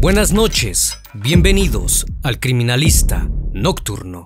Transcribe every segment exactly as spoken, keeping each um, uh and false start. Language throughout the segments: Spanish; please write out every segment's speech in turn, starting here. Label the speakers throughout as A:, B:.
A: Buenas noches, bienvenidos al Criminalista Nocturno.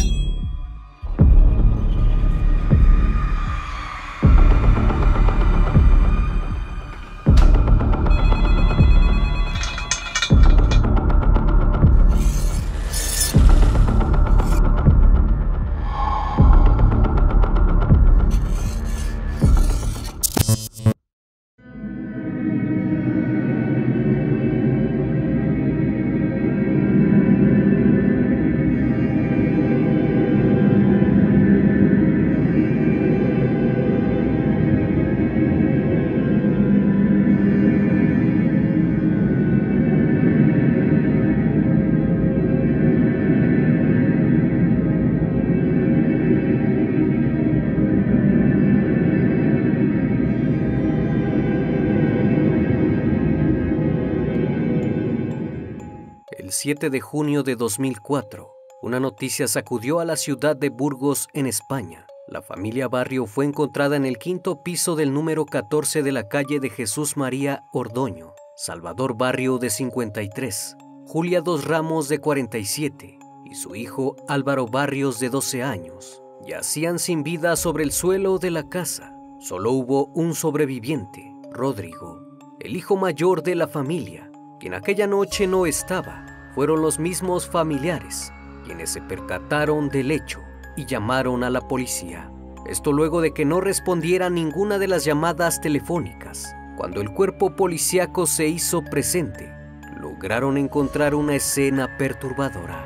B: El siete de junio de dos mil cuatro, una noticia sacudió a la ciudad de Burgos, en España. La familia Barrio fue encontrada en el quinto piso del número catorce de la calle de Jesús María Ordoño. Salvador Barrio, de cincuenta y tres, Julia Dos Ramos, de cuarenta y siete, y su hijo Álvaro Barrios, de doce años, yacían sin vida sobre el suelo de la casa. Solo hubo un sobreviviente, Rodrigo, el hijo mayor de la familia, quien aquella noche no estaba. Fueron los mismos familiares quienes se percataron del hecho y llamaron a la policía. Esto luego de que no respondiera ninguna de las llamadas telefónicas. Cuando el cuerpo policíaco se hizo presente, lograron encontrar una escena perturbadora.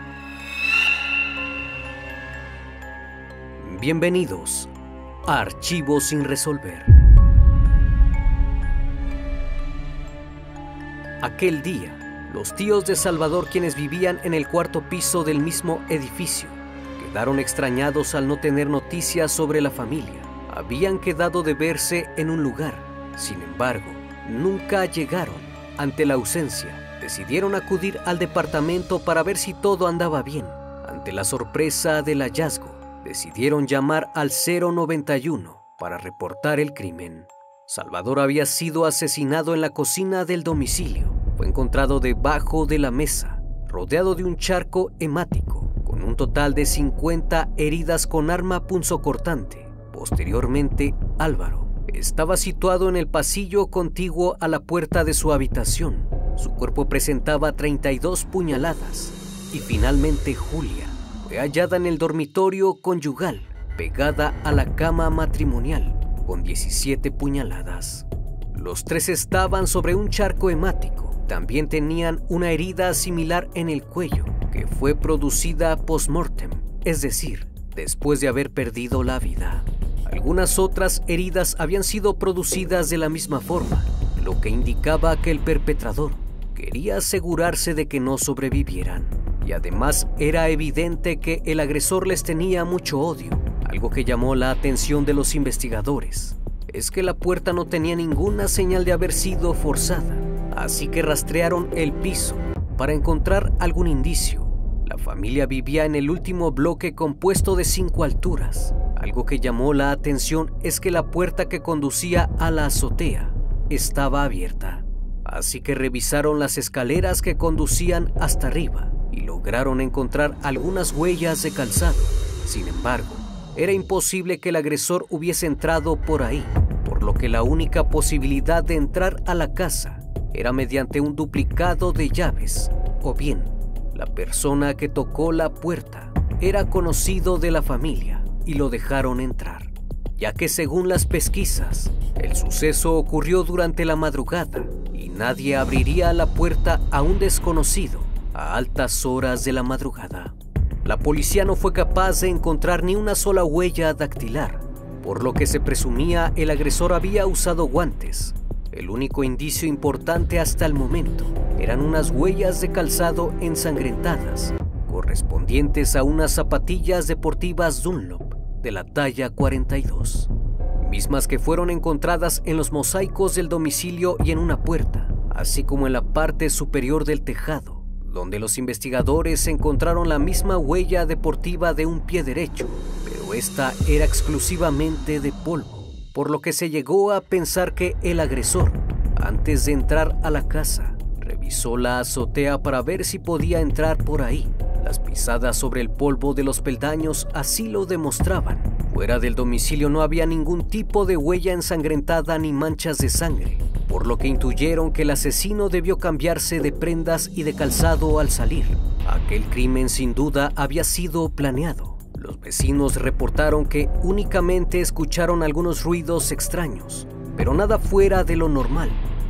B: Bienvenidos a Archivos sin resolver. Aquel día, los tíos de Salvador, quienes vivían en el cuarto piso del mismo edificio, quedaron extrañados al no tener noticias sobre la familia. Habían quedado de verse en un lugar, sin embargo, nunca llegaron. Ante la ausencia, decidieron acudir al departamento para ver si todo andaba bien. Ante la sorpresa del hallazgo, decidieron llamar al cero noventa y uno para reportar el crimen. Salvador había sido asesinado en la cocina del domicilio. Fue encontrado debajo de la mesa, rodeado de un charco hemático, con un total de cincuenta heridas con arma punzocortante. Posteriormente, Álvaro estaba situado en el pasillo contiguo a la puerta de su habitación. Su cuerpo presentaba treinta y dos puñaladas. Y finalmente Julia fue hallada en el dormitorio conyugal, pegada a la cama matrimonial, con diecisiete puñaladas. Los tres estaban sobre un charco hemático. También tenían una herida similar en el cuello, que fue producida post-mortem, es decir, después de haber perdido la vida. Algunas otras heridas habían sido producidas de la misma forma, lo que indicaba que el perpetrador quería asegurarse de que no sobrevivieran. Y además era evidente que el agresor les tenía mucho odio. Algo que llamó la atención de los investigadores es que la puerta no tenía ninguna señal de haber sido forzada. Así que rastrearon el piso para encontrar algún indicio. La familia vivía en el último bloque compuesto de cinco alturas. Algo que llamó la atención es que la puerta que conducía a la azotea estaba abierta. Así que revisaron las escaleras que conducían hasta arriba y lograron encontrar algunas huellas de calzado. Sin embargo, era imposible que el agresor hubiese entrado por ahí, por lo que la única posibilidad de entrar a la casa era mediante un duplicado de llaves, o bien la persona que tocó la puerta era conocido de la familia y lo dejaron entrar, ya que según las pesquisas, el suceso ocurrió durante la madrugada y nadie abriría la puerta a un desconocido a altas horas de la madrugada. La policía no fue capaz de encontrar ni una sola huella dactilar, por lo que se presumía el agresor había usado guantes. El único indicio importante hasta el momento eran unas huellas de calzado ensangrentadas, correspondientes a unas zapatillas deportivas Dunlop de la talla cuarenta y dos, mismas que fueron encontradas en los mosaicos del domicilio y en una puerta, así como en la parte superior del tejado, donde los investigadores encontraron la misma huella deportiva de un pie derecho, pero esta era exclusivamente de polvo, por lo que se llegó a pensar que el agresor, antes de entrar a la casa, revisó revisó la azotea para ver si podía entrar por ahí. Las pisadas sobre el polvo de los peldaños así lo demostraban. Fuera del domicilio no había ningún tipo de huella ensangrentada ni manchas de sangre, por lo que intuyeron que el asesino debió cambiarse de prendas y de calzado al salir. Aquel crimen sin duda había sido planeado. Los vecinos reportaron que únicamente escucharon algunos ruidos extraños, pero nada fuera de lo normal.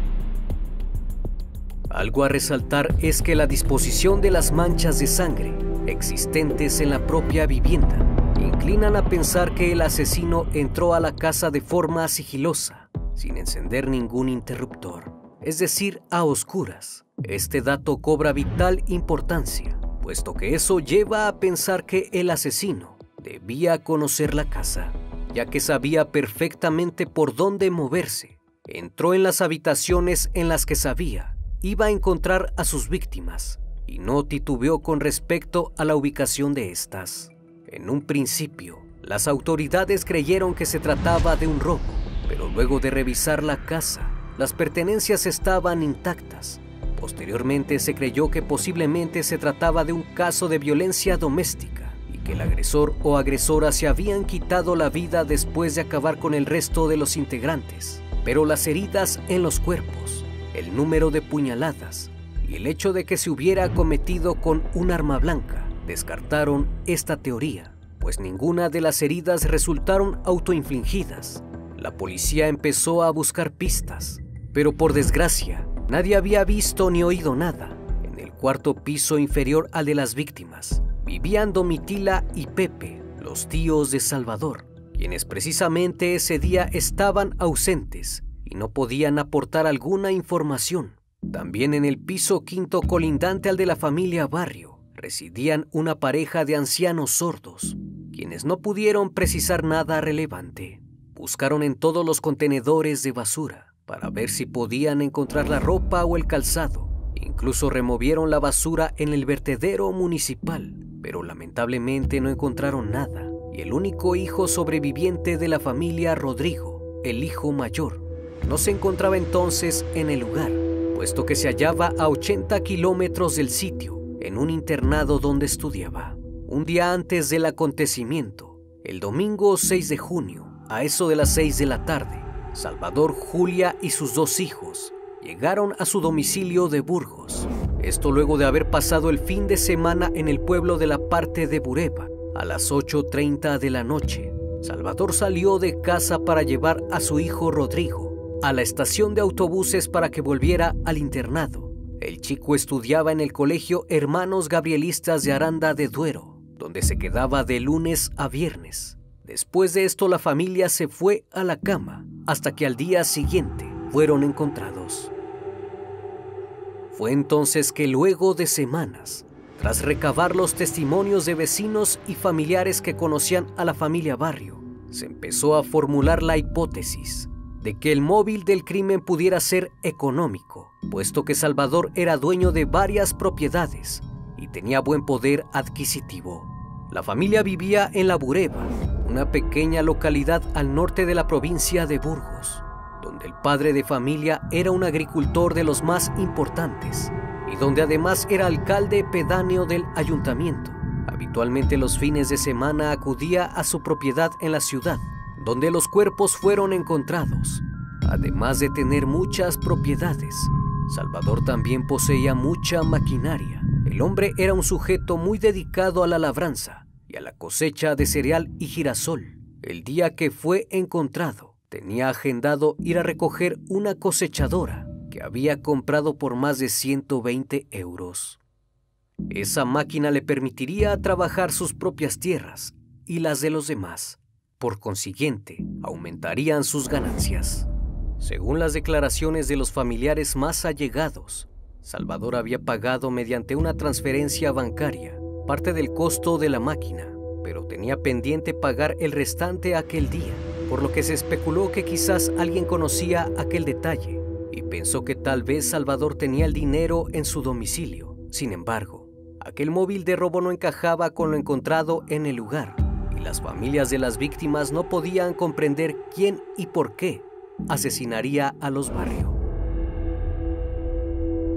B: Algo a resaltar es que la disposición de las manchas de sangre existentes en la propia vivienda inclinan a pensar que el asesino entró a la casa de forma sigilosa, sin encender ningún interruptor, es decir, a oscuras. Este dato cobra vital importancia, puesto que eso lleva a pensar que el asesino debía conocer la casa, ya que sabía perfectamente por dónde moverse. Entró en las habitaciones en las que sabía iba a encontrar a sus víctimas y no titubeó con respecto a la ubicación de estas. En un principio, las autoridades creyeron que se trataba de un robo, pero luego de revisar la casa, las pertenencias estaban intactas. Posteriormente se creyó que posiblemente se trataba de un caso de violencia doméstica y que el agresor o agresora se habían quitado la vida después de acabar con el resto de los integrantes. Pero las heridas en los cuerpos, el número de puñaladas y el hecho de que se hubiera cometido con un arma blanca descartaron esta teoría, pues ninguna de las heridas resultaron autoinfligidas. La policía empezó a buscar pistas, pero por desgracia nadie había visto ni oído nada. En el cuarto piso inferior al de las víctimas vivían Domitila y Pepe, los tíos de Salvador, quienes precisamente ese día estaban ausentes y no podían aportar alguna información. También en el piso quinto colindante al de la familia Barrio residían una pareja de ancianos sordos, quienes no pudieron precisar nada relevante. Buscaron en todos los contenedores de basura para ver si podían encontrar la ropa o el calzado. Incluso removieron la basura en el vertedero municipal, pero lamentablemente no encontraron nada. Y el único hijo sobreviviente de la familia, Rodrigo, el hijo mayor, no se encontraba entonces en el lugar, puesto que se hallaba a ochenta kilómetros del sitio, en un internado donde estudiaba. Un día antes del acontecimiento, el domingo seis de junio, a eso de las seis de la tarde, Salvador, Julia y sus dos hijos llegaron a su domicilio de Burgos. Esto luego de haber pasado el fin de semana en el pueblo de la parte de Bureba. A las ocho treinta de la noche, Salvador salió de casa para llevar a su hijo Rodrigo a la estación de autobuses para que volviera al internado. El chico estudiaba en el colegio Hermanos Gabrielistas de Aranda de Duero, donde se quedaba de lunes a viernes. Después de esto, la familia se fue a la cama, hasta que al día siguiente fueron encontrados. Fue entonces que luego de semanas, tras recabar los testimonios de vecinos y familiares que conocían a la familia Barrio, se empezó a formular la hipótesis de que el móvil del crimen pudiera ser económico, puesto que Salvador era dueño de varias propiedades y tenía buen poder adquisitivo. La familia vivía en La Bureba, una pequeña localidad al norte de la provincia de Burgos, donde el padre de familia era un agricultor de los más importantes y donde además era alcalde pedáneo del ayuntamiento. Habitualmente los fines de semana acudía a su propiedad en la ciudad, donde los cuerpos fueron encontrados. Además de tener muchas propiedades, Salvador también poseía mucha maquinaria. El hombre era un sujeto muy dedicado a la labranza y a la cosecha de cereal y girasol. El día que fue encontrado, tenía agendado ir a recoger una cosechadora que había comprado por más de ciento veinte euros. Esa máquina le permitiría trabajar sus propias tierras y las de los demás. Por consiguiente, aumentarían sus ganancias. Según las declaraciones de los familiares más allegados, Salvador había pagado mediante una transferencia bancaria parte del costo de la máquina, pero tenía pendiente pagar el restante aquel día, por lo que se especuló que quizás alguien conocía aquel detalle y pensó que tal vez Salvador tenía el dinero en su domicilio. Sin embargo, aquel móvil de robo no encajaba con lo encontrado en el lugar, y las familias de las víctimas no podían comprender quién y por qué asesinaría a los Barrio.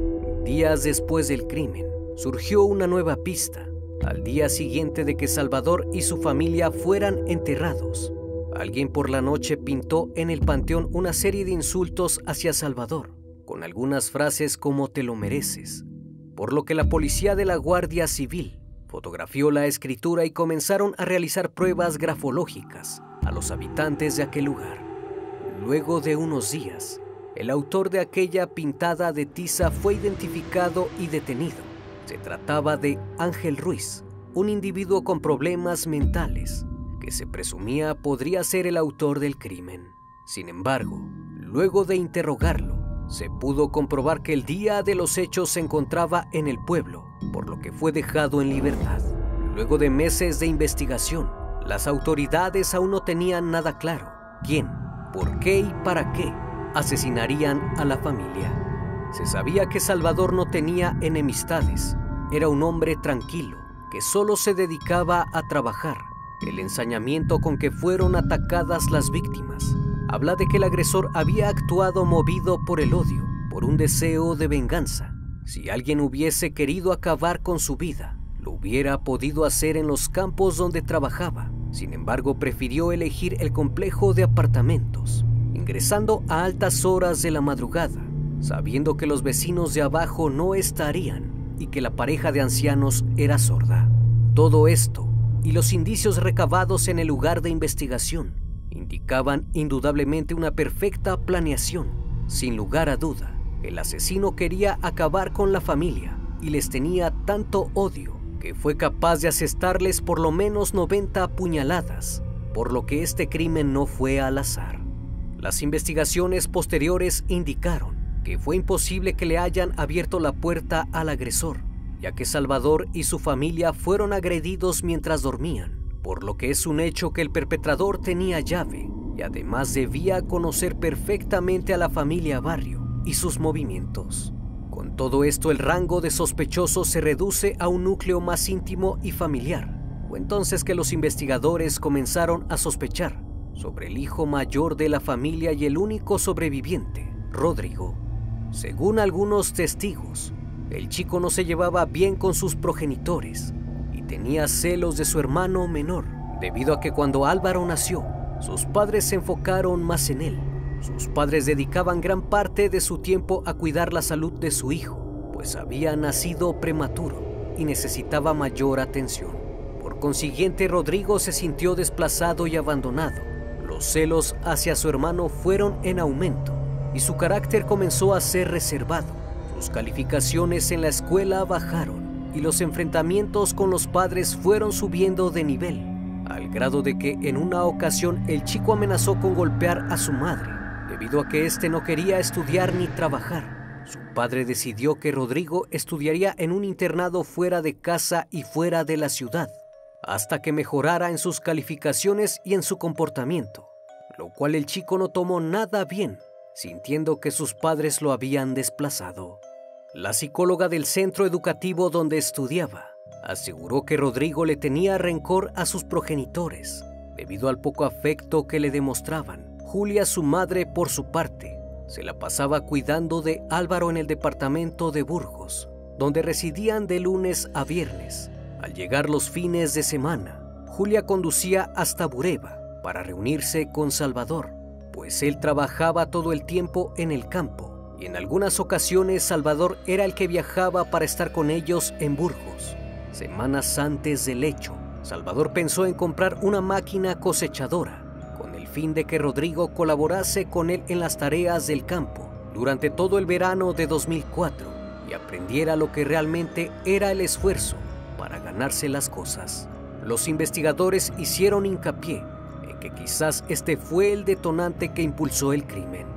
B: Días después del crimen, surgió una nueva pista. Al día siguiente de que Salvador y su familia fueran enterrados, alguien por la noche pintó en el panteón una serie de insultos hacia Salvador, con algunas frases como "te lo mereces", por lo que la policía de la Guardia Civil fotografió la escritura y comenzaron a realizar pruebas grafológicas a los habitantes de aquel lugar. Luego de unos días, el autor de aquella pintada de tiza fue identificado y detenido. Se trataba de Ángel Ruiz, un individuo con problemas mentales que se presumía podría ser el autor del crimen. Sin embargo, luego de interrogarlo, se pudo comprobar que el día de los hechos se encontraba en el pueblo, por lo que fue dejado en libertad. Luego de meses de investigación, las autoridades aún no tenían nada claro quién, por qué y para qué asesinarían a la familia. Se sabía que Salvador no tenía enemistades, era un hombre tranquilo que solo se dedicaba a trabajar. El ensañamiento con que fueron atacadas las víctimas habla de que el agresor había actuado movido por el odio, por un deseo de venganza. Si alguien hubiese querido acabar con su vida, lo hubiera podido hacer en los campos donde trabajaba. Sin embargo, prefirió elegir el complejo de apartamentos, ingresando a altas horas de la madrugada, sabiendo que los vecinos de abajo no estarían y que la pareja de ancianos era sorda. Todo esto y los indicios recabados en el lugar de investigación indicaban indudablemente una perfecta planeación. Sin lugar a duda, el asesino quería acabar con la familia y les tenía tanto odio que fue capaz de asestarles por lo menos noventa puñaladas, por lo que este crimen no fue al azar. Las investigaciones posteriores indicaron que fue imposible que le hayan abierto la puerta al agresor, ya que Salvador y su familia fueron agredidos mientras dormían, por lo que es un hecho que el perpetrador tenía llave y además debía conocer perfectamente a la familia Barrio y sus movimientos. Con todo esto, el rango de sospechosos se reduce a un núcleo más íntimo y familiar. Fue entonces que los investigadores comenzaron a sospechar sobre el hijo mayor de la familia y el único sobreviviente, Rodrigo. Según algunos testigos, el chico no se llevaba bien con sus progenitores y tenía celos de su hermano menor, debido a que cuando Álvaro nació, sus padres se enfocaron más en él. Sus padres dedicaban gran parte de su tiempo a cuidar la salud de su hijo, pues había nacido prematuro y necesitaba mayor atención. Por consiguiente, Rodrigo se sintió desplazado y abandonado. Los celos hacia su hermano fueron en aumento y su carácter comenzó a ser reservado. Sus calificaciones en la escuela bajaron y los enfrentamientos con los padres fueron subiendo de nivel, al grado de que en una ocasión el chico amenazó con golpear a su madre, debido a que éste no quería estudiar ni trabajar. Su padre decidió que Rodrigo estudiaría en un internado fuera de casa y fuera de la ciudad, hasta que mejorara en sus calificaciones y en su comportamiento, lo cual el chico no tomó nada bien, sintiendo que sus padres lo habían desplazado. La psicóloga del centro educativo donde estudiaba aseguró que Rodrigo le tenía rencor a sus progenitores, debido al poco afecto que le demostraban. Julia, su madre, por su parte, se la pasaba cuidando de Álvaro en el departamento de Burgos, donde residían de lunes a viernes. Al llegar los fines de semana, Julia conducía hasta Bureba para reunirse con Salvador, pues él trabajaba todo el tiempo en el campo y en algunas ocasiones Salvador era el que viajaba para estar con ellos en Burgos. Semanas antes del hecho, Salvador pensó en comprar una máquina cosechadora con el fin de que Rodrigo colaborase con él en las tareas del campo durante todo el verano de dos mil cuatro y aprendiera lo que realmente era el esfuerzo para ganarse las cosas. Los investigadores hicieron hincapié en que quizás este fue el detonante que impulsó el crimen.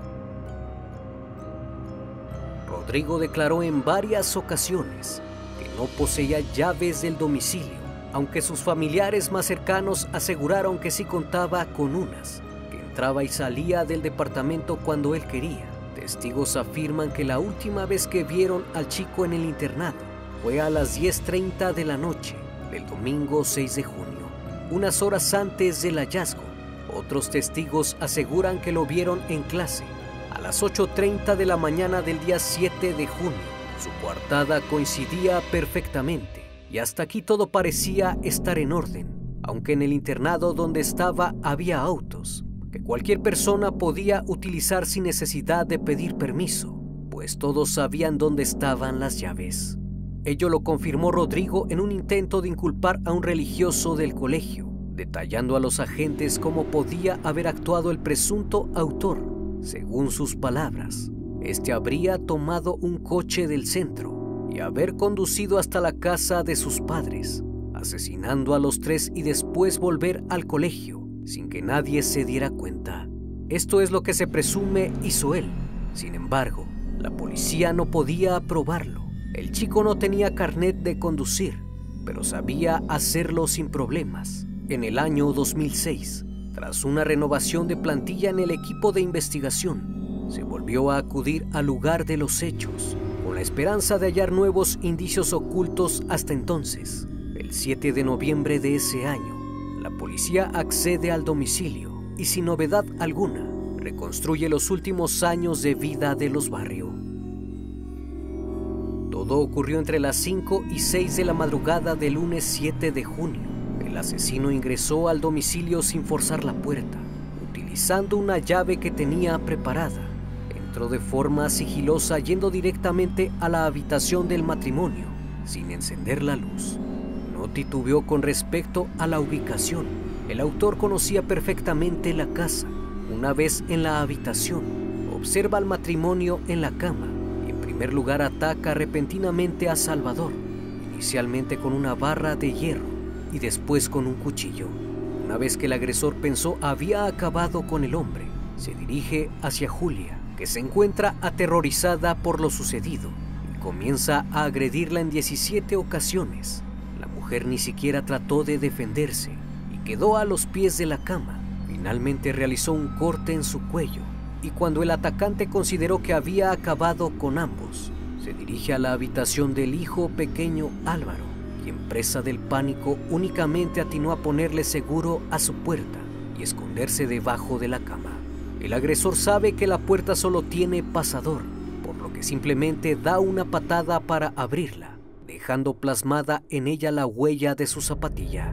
B: Rodrigo declaró en varias ocasiones que no poseía llaves del domicilio, aunque sus familiares más cercanos aseguraron que sí contaba con unas, que entraba y salía del departamento cuando él quería. Testigos afirman que la última vez que vieron al chico en el internado fue a las diez treinta de la noche del domingo seis de junio, unas horas antes del hallazgo. Otros testigos aseguran que lo vieron en clase a las ocho treinta de la mañana del día siete de junio, Su coartada coincidía perfectamente y hasta aquí todo parecía estar en orden, aunque en el internado donde estaba había autos que cualquier persona podía utilizar sin necesidad de pedir permiso, pues todos sabían dónde estaban las llaves. Ello lo confirmó Rodrigo en un intento de inculpar a un religioso del colegio, detallando a los agentes cómo podía haber actuado el presunto autor. Según sus palabras, este habría tomado un coche del centro y haber conducido hasta la casa de sus padres, asesinando a los tres y después volver al colegio sin que nadie se diera cuenta. Esto es lo que se presume hizo él. Sin embargo, la policía no podía probarlo. El chico no tenía carnet de conducir, pero sabía hacerlo sin problemas. En el año dos mil seis, tras una renovación de plantilla en el equipo de investigación, se volvió a acudir al lugar de los hechos, con la esperanza de hallar nuevos indicios ocultos hasta entonces. El siete de noviembre de ese año, la policía accede al domicilio y sin novedad alguna, reconstruye los últimos años de vida de los Barrio. Todo ocurrió entre las cinco y seis de la madrugada del lunes siete de junio. El asesino ingresó al domicilio sin forzar la puerta, utilizando una llave que tenía preparada. Entró de forma sigilosa yendo directamente a la habitación del matrimonio, sin encender la luz. No titubeó con respecto a la ubicación. El autor conocía perfectamente la casa. Una vez en la habitación, observa al matrimonio en la cama y en primer lugar ataca repentinamente a Salvador, inicialmente con una barra de hierro y después con un cuchillo. Una vez que el agresor pensó había acabado con el hombre, se dirige hacia Julia, que se encuentra aterrorizada por lo sucedido, y comienza a agredirla en diecisiete ocasiones. La mujer ni siquiera trató de defenderse y quedó a los pies de la cama. Finalmente realizó un corte en su cuello y cuando el atacante consideró que había acabado con ambos, se dirige a la habitación del hijo pequeño Álvaro, quien presa del pánico únicamente atinó a ponerle seguro a su puerta y esconderse debajo de la cama. El agresor sabe que la puerta solo tiene pasador, por lo que simplemente da una patada para abrirla, dejando plasmada en ella la huella de su zapatilla.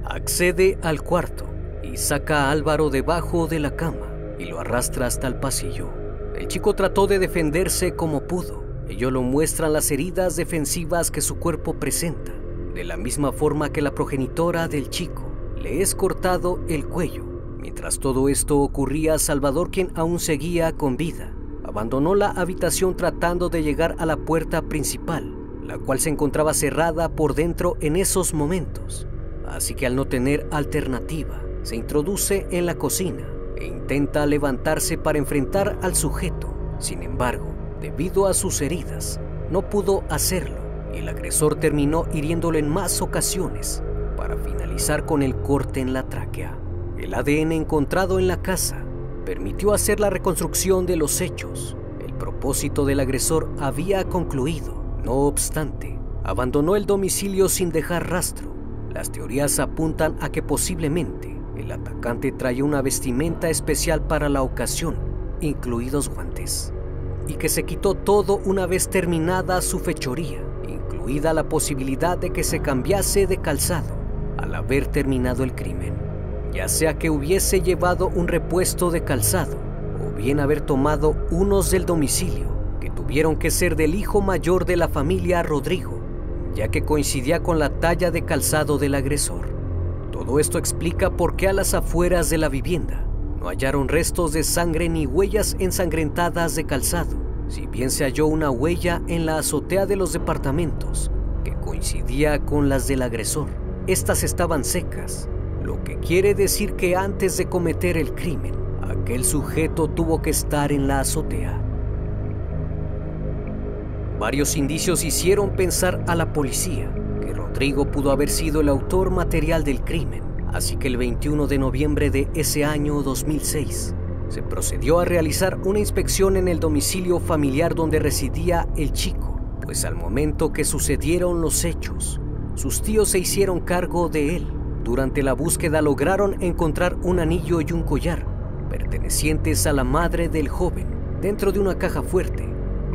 B: Accede al cuarto y saca a Álvaro debajo de la cama y lo arrastra hasta el pasillo. El chico trató de defenderse como pudo. Ello lo muestran las heridas defensivas que su cuerpo presenta, de la misma forma que la progenitora del chico. Le es cortado el cuello. Mientras todo esto ocurría, Salvador, quien aún seguía con vida, abandonó la habitación tratando de llegar a la puerta principal, la cual se encontraba cerrada por dentro en esos momentos. Así que al no tener alternativa, se introduce en la cocina e intenta levantarse para enfrentar al sujeto. Sin embargo, debido a sus heridas, no pudo hacerlo y el agresor terminó hiriéndolo en más ocasiones para finalizar con el corte en la tráquea. El A D N encontrado en la casa permitió hacer la reconstrucción de los hechos. El propósito del agresor había concluido. No obstante, abandonó el domicilio sin dejar rastro. Las teorías apuntan a que posiblemente el atacante traía una vestimenta especial para la ocasión, incluidos guantes, y que se quitó todo una vez terminada su fechoría, incluida la posibilidad de que se cambiase de calzado al haber terminado el crimen, ya sea que hubiese llevado un repuesto de calzado o bien haber tomado unos del domicilio, que tuvieron que ser del hijo mayor de la familia, Rodrigo, ya que coincidía con la talla de calzado del agresor. Todo esto explica por qué a las afueras de la vivienda no hallaron restos de sangre ni huellas ensangrentadas de calzado, si bien se halló una huella en la azotea de los departamentos que coincidía con las del agresor. Estas estaban secas, lo que quiere decir que antes de cometer el crimen, aquel sujeto tuvo que estar en la azotea. Varios indicios hicieron pensar a la policía que Rodrigo pudo haber sido el autor material del crimen, así que el veintiuno de noviembre de ese año dos mil seis se procedió a realizar una inspección en el domicilio familiar donde residía el chico, pues al momento que sucedieron los hechos, sus tíos se hicieron cargo de él. Durante la búsqueda lograron encontrar un anillo y un collar pertenecientes a la madre del joven dentro de una caja fuerte.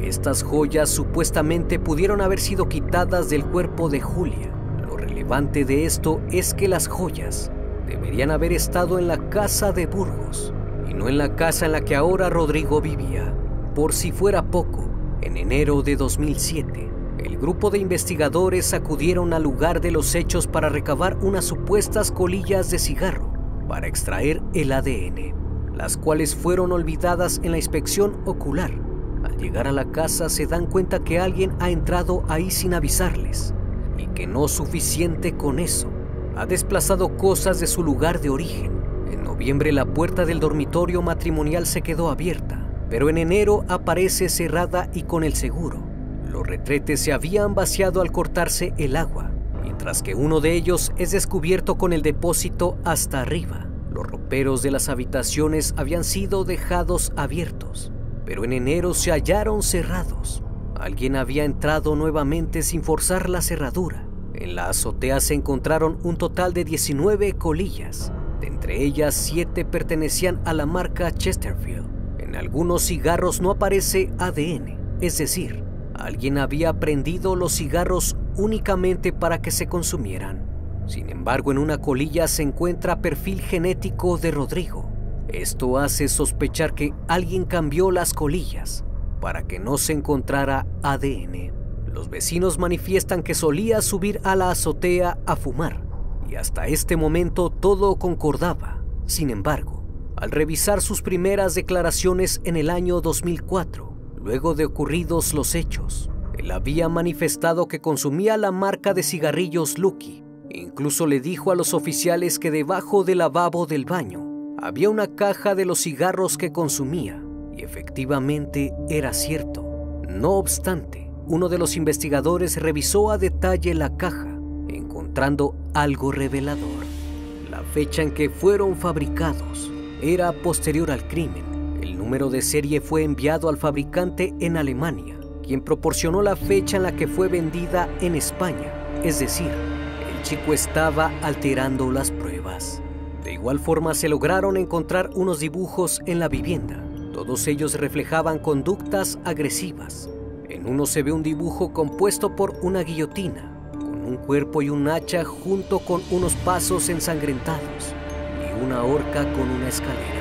B: Estas joyas supuestamente pudieron haber sido quitadas del cuerpo de Julia. Lo relevante de esto es que las joyas deberían haber estado en la casa de Burgos y no en la casa en la que ahora Rodrigo vivía. Por si fuera poco, en enero de dos mil siete, el grupo de investigadores acudieron al lugar de los hechos para recabar unas supuestas colillas de cigarro para extraer el A D N, las cuales fueron olvidadas en la inspección ocular. Al llegar a la casa se dan cuenta que alguien ha entrado ahí sin avisarles y que no suficiente con eso, ha desplazado cosas de su lugar de origen. En noviembre la puerta del dormitorio matrimonial se quedó abierta, pero en enero aparece cerrada y con el seguro. Los retretes se habían vaciado al cortarse el agua, mientras que uno de ellos es descubierto con el depósito hasta arriba. Los roperos de las habitaciones habían sido dejados abiertos, pero en enero se hallaron cerrados. Alguien había entrado nuevamente sin forzar la cerradura. En la azotea se encontraron un total de diecinueve colillas. De entre ellas, siete pertenecían a la marca Chesterfield. En algunos cigarros no aparece A D N, es decir, alguien había prendido los cigarros únicamente para que se consumieran. Sin embargo, en una colilla se encuentra perfil genético de Rodrigo. Esto hace sospechar que alguien cambió las colillas para que no se encontrara A D N. Los vecinos manifiestan que solía subir a la azotea a fumar y hasta este momento todo concordaba. Sin embargo, al revisar sus primeras declaraciones en el año dos mil cuatro, luego de ocurridos los hechos, él había manifestado que consumía la marca de cigarrillos Lucky. Incluso le dijo a los oficiales que debajo del lavabo del baño había una caja de los cigarros que consumía, y efectivamente era cierto. No obstante, uno de los investigadores revisó a detalle la caja, encontrando algo revelador. La fecha en que fueron fabricados era posterior al crimen. El número de serie fue enviado al fabricante en Alemania, quien proporcionó la fecha en la que fue vendida en España, es decir, el chico estaba alterando las pruebas. De igual forma se lograron encontrar unos dibujos en la vivienda. Todos ellos reflejaban conductas agresivas. En uno se ve un dibujo compuesto por una guillotina, con un cuerpo y un hacha junto con unos pasos ensangrentados y una horca con una escalera.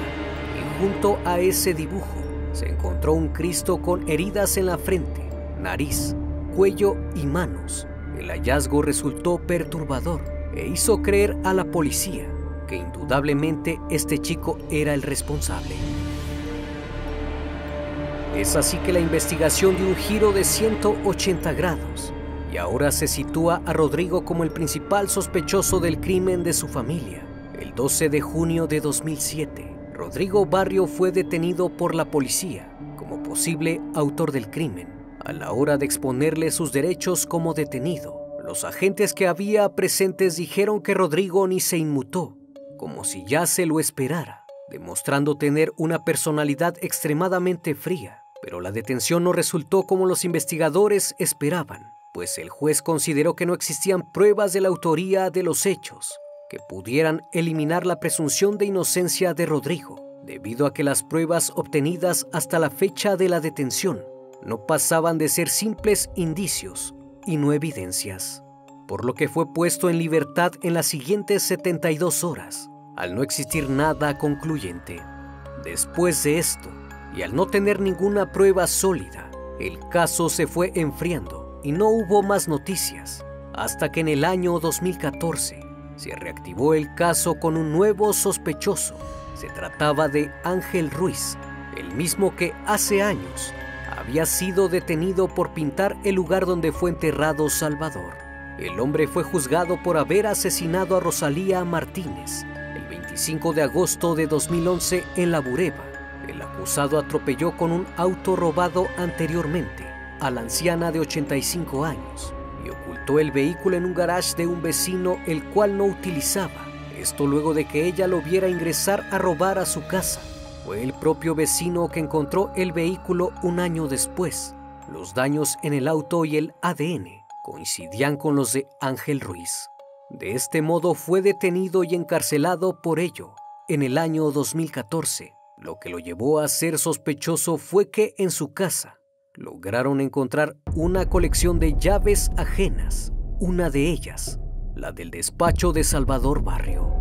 B: Y junto a ese dibujo se encontró un Cristo con heridas en la frente, nariz, cuello y manos. El hallazgo resultó perturbador e hizo creer a la policía que indudablemente este chico era el responsable. Es así que la investigación dio un giro de ciento ochenta grados y ahora se sitúa a Rodrigo como el principal sospechoso del crimen de su familia. El doce de junio de dos mil siete, Rodrigo Barrio fue detenido por la policía como posible autor del crimen. A la hora de exponerle sus derechos como detenido, los agentes que había presentes dijeron que Rodrigo ni se inmutó, como si ya se lo esperara, demostrando tener una personalidad extremadamente fría. Pero la detención no resultó como los investigadores esperaban, pues el juez consideró que no existían pruebas de la autoría de los hechos que pudieran eliminar la presunción de inocencia de Rodrigo, debido a que las pruebas obtenidas hasta la fecha de la detención no pasaban de ser simples indicios y no evidencias, por lo que fue puesto en libertad en las siguientes setenta y dos horas, al no existir nada concluyente. Después de esto, y al no tener ninguna prueba sólida, el caso se fue enfriando y no hubo más noticias, hasta que en el año dos mil catorce se reactivó el caso con un nuevo sospechoso. Se trataba de Ángel Ruiz, el mismo que hace años había sido detenido por pintar el lugar donde fue enterrado Salvador. El hombre fue juzgado por haber asesinado a Rosalía Martínez el veinticinco de agosto de dos mil once en La Bureba. El acusado atropelló con un auto robado anteriormente a la anciana de ochenta y cinco años y ocultó el vehículo en un garage de un vecino el cual no utilizaba. Esto luego de que ella lo viera ingresar a robar a su casa. Fue el propio vecino que encontró el vehículo un año después. Los daños en el auto y el A D N coincidían con los de Ángel Ruiz. De este modo fue detenido y encarcelado por ello en el año dos mil catorce. Lo que lo llevó a ser sospechoso fue que en su casa lograron encontrar una colección de llaves ajenas, una de ellas, la del despacho de Salvador Barrio.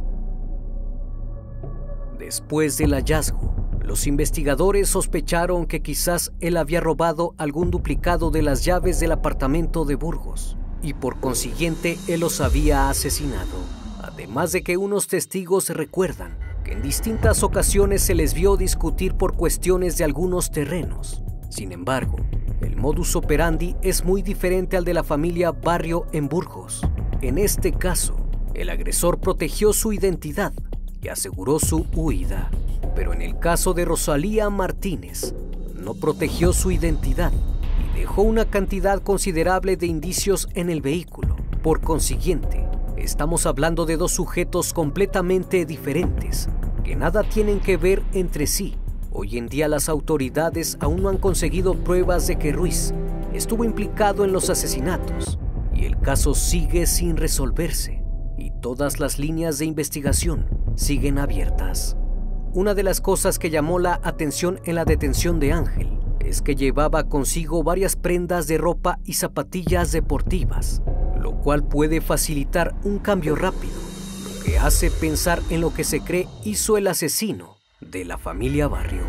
B: Después del hallazgo, los investigadores sospecharon que quizás él había robado algún duplicado de las llaves del apartamento de Burgos y por consiguiente él los había asesinado. Además de que unos testigos recuerdan que en distintas ocasiones se les vio discutir por cuestiones de algunos terrenos. Sin embargo, el modus operandi es muy diferente al de la familia Barrio en Burgos. En este caso, el agresor protegió su identidad y aseguró su huida. Pero en el caso de Rosalía Martínez, no protegió su identidad y dejó una cantidad considerable de indicios en el vehículo. Por consiguiente, estamos hablando de dos sujetos completamente diferentes, que nada tienen que ver entre sí. Hoy en día las autoridades aún no han conseguido pruebas de que Ruiz estuvo implicado en los asesinatos y el caso sigue sin resolverse y todas las líneas de investigación siguen abiertas. Una de las cosas que llamó la atención en la detención de Ángel es que llevaba consigo varias prendas de ropa y zapatillas deportivas, lo cual puede facilitar un cambio rápido, lo que hace pensar en lo que se cree hizo el asesino de la familia Barrio.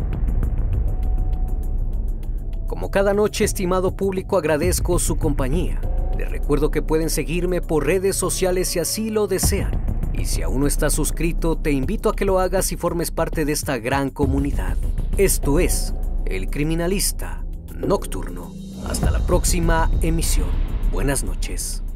B: Como cada noche, estimado público, agradezco su compañía. Les recuerdo que pueden seguirme por redes sociales si así lo desean. Y si aún no estás suscrito, te invito a que lo hagas y formes parte de esta gran comunidad. Esto es El Criminalista Nocturno. Hasta la próxima emisión. Buenas noches.